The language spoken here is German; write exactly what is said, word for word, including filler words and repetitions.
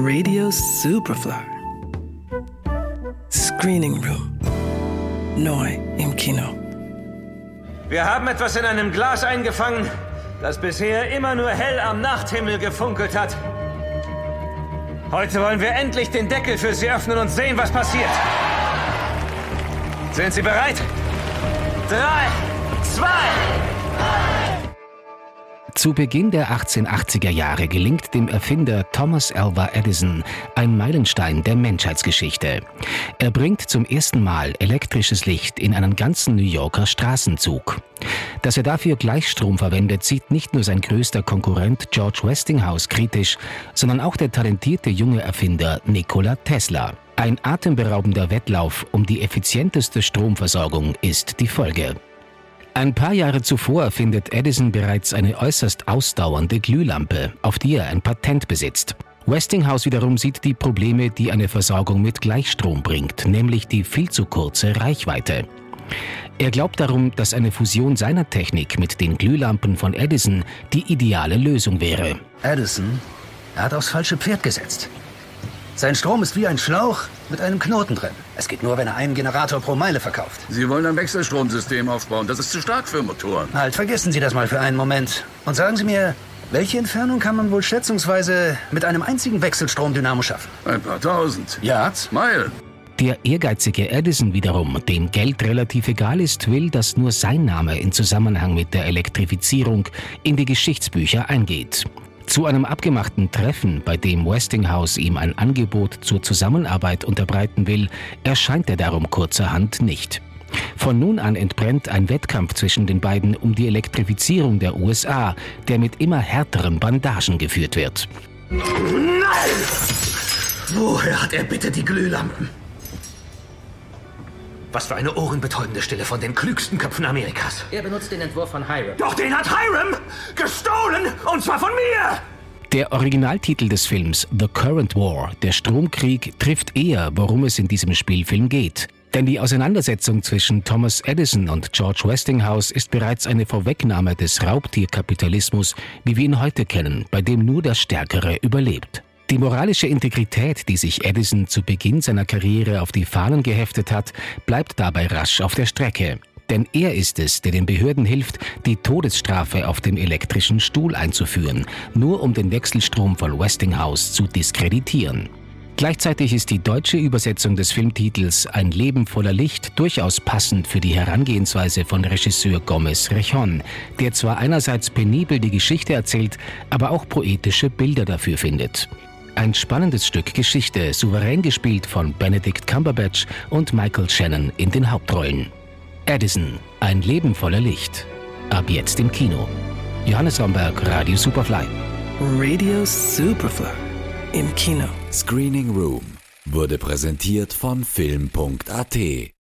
Radio Superfly. Screening Room. Neu im Kino. Wir haben etwas in einem Glas eingefangen, das bisher immer nur hell am Nachthimmel gefunkelt hat. Heute wollen wir endlich den Deckel für Sie öffnen und sehen, was passiert. Sind Sie bereit? Drei, zwei, Zu Beginn der achtzehnhundertachtziger Jahre gelingt dem Erfinder Thomas Alva Edison ein Meilenstein der Menschheitsgeschichte. Er bringt zum ersten Mal elektrisches Licht in einen ganzen New Yorker Straßenzug. Dass er dafür Gleichstrom verwendet, sieht nicht nur sein größter Konkurrent George Westinghouse kritisch, sondern auch der talentierte junge Erfinder Nikola Tesla. Ein atemberaubender Wettlauf um die effizienteste Stromversorgung ist die Folge. Ein paar Jahre zuvor erfindet Edison bereits eine äußerst ausdauernde Glühlampe, auf die er ein Patent besitzt. Westinghouse wiederum sieht die Probleme, die eine Versorgung mit Gleichstrom bringt, nämlich die viel zu kurze Reichweite. Er glaubt darum, dass eine Fusion seiner Technik mit den Glühlampen von Edison die ideale Lösung wäre. Edison, er hat aufs falsche Pferd gesetzt. Sein Strom ist wie ein Schlauch mit einem Knoten drin. Es geht nur, wenn er einen Generator pro Meile verkauft. Sie wollen ein Wechselstromsystem aufbauen. Das ist zu stark für Motoren. Halt, vergessen Sie das mal für einen Moment. Und sagen Sie mir, welche Entfernung kann man wohl schätzungsweise mit einem einzigen Wechselstromdynamo schaffen? Ein paar tausend. Yards? Meilen. Der ehrgeizige Edison wiederum, dem Geld relativ egal ist, will, dass nur sein Name in Zusammenhang mit der Elektrifizierung in die Geschichtsbücher eingeht. Zu einem abgemachten Treffen, bei dem Westinghouse ihm ein Angebot zur Zusammenarbeit unterbreiten will, erscheint er darum kurzerhand nicht. Von nun an entbrennt ein Wettkampf zwischen den beiden um die Elektrifizierung der U S A, der mit immer härteren Bandagen geführt wird. Nein! Woher hat er bitte die Glühlampen? Was für eine ohrenbetäubende Stille von den klügsten Köpfen Amerikas. Er benutzt den Entwurf von Hiram. Doch den hat Hiram gestohlen, und zwar von mir! Der Originaltitel des Films The Current War, der Stromkrieg, trifft eher, worum es in diesem Spielfilm geht. Denn die Auseinandersetzung zwischen Thomas Edison und George Westinghouse ist bereits eine Vorwegnahme des Raubtierkapitalismus, wie wir ihn heute kennen, bei dem nur der Stärkere überlebt. Die moralische Integrität, die sich Edison zu Beginn seiner Karriere auf die Fahnen geheftet hat, bleibt dabei rasch auf der Strecke. Denn er ist es, der den Behörden hilft, die Todesstrafe auf dem elektrischen Stuhl einzuführen, nur um den Wechselstrom von Westinghouse zu diskreditieren. Gleichzeitig ist die deutsche Übersetzung des Filmtitels Ein Leben voller Licht durchaus passend für die Herangehensweise von Regisseur Gómez Rejon, der zwar einerseits penibel die Geschichte erzählt, aber auch poetische Bilder dafür findet. Ein spannendes Stück Geschichte, souverän gespielt von Benedict Cumberbatch und Michael Shannon in den Hauptrollen. Edison, ein Leben voller Licht. Ab jetzt im Kino. Johannes Romberg, Radio Superfly. Radio Superfly. Im Kino. Screening Room wurde präsentiert von Film punkt A T.